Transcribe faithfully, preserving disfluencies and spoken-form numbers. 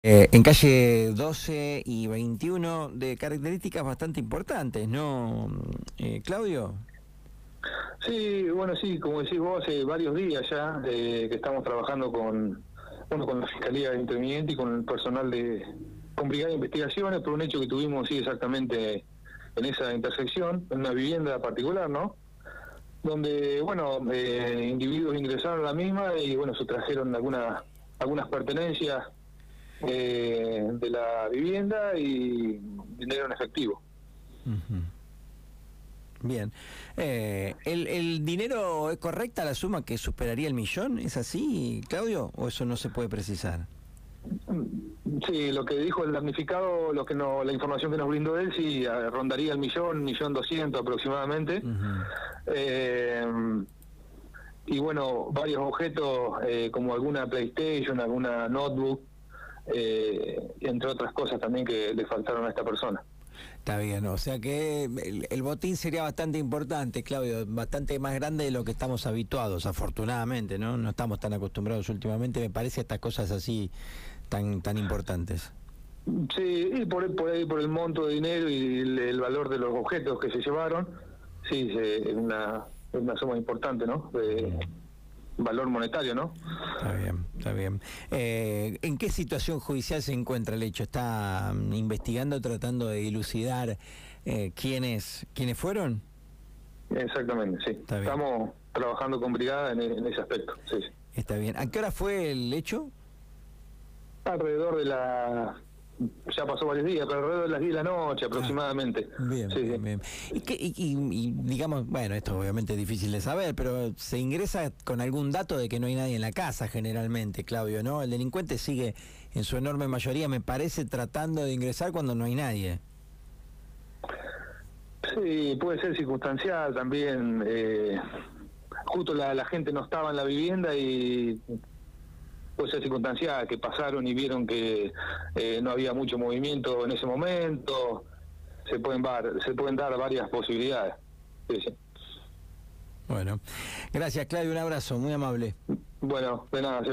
Eh, en calle doce y veintiuno, de características bastante importantes, ¿no, eh, Claudio? Sí, bueno, sí, como decís vos, hace varios días ya eh, que estamos trabajando con, bueno, con la Fiscalía Interviniente y con el personal de con Brigada de Investigaciones por un hecho que tuvimos, sí, exactamente en esa intersección, en una vivienda particular, ¿no? Donde, bueno, eh, individuos ingresaron a la misma y, bueno, sustrajeron algunas algunas pertenencias eh, de la vivienda y dinero en efectivo. Ujú. Bien. Eh, ¿el, el dinero es correcta la suma que superaría el millón? ¿Es así, Claudio? ¿O eso no se puede precisar? Sí, lo que dijo el damnificado, lo que no, la información que nos brindó él, sí, eh, rondaría el millón, millón doscientos aproximadamente. Ujú. Eh, y bueno, varios objetos eh, como alguna PlayStation, alguna notebook, eh, entre otras cosas también que le faltaron a esta persona. Está bien, o sea que el, el botín sería bastante importante, Claudio, bastante más grande de lo que estamos habituados, afortunadamente, ¿no? No estamos tan acostumbrados últimamente, me parece, a estas cosas así tan, tan importantes. Sí, y por, por ahí, por el monto de dinero y el, el valor de los objetos que se llevaron, sí, se- es una, es una suma importante, ¿no? De valor monetario, ¿no? Está bien, está bien. Eh, ¿en qué situación judicial se encuentra el hecho? ¿Está mm, investigando, tratando de dilucidar eh, quiénes, quiénes fueron? Exactamente, sí. Está bien, Estamos trabajando con brigada en, en ese aspecto, sí, sí. está bien. ¿A qué hora fue el hecho? Alrededor de la... Ya pasó varios días, pero alrededor de las diez de la noche Ah, aproximadamente. bien, Sí, bien, sí. bien. Y, qué- y, y- y digamos, bueno, esto obviamente es difícil de saber, pero se ingresa con algún dato de que no hay nadie en la casa generalmente, Claudio, ¿no? El delincuente sigue en su enorme mayoría, me parece, tratando de ingresar cuando no hay nadie. Sí, puede ser circunstancial también. Eh, justo la, la gente no estaba en la vivienda y puede ser circunstancial, que pasaron y vieron que eh, no había mucho movimiento en ese momento. Se pueden, var, se pueden dar varias posibilidades. Sí, sí. Bueno, gracias, Claudio, un abrazo, muy amable. Bueno, de nada.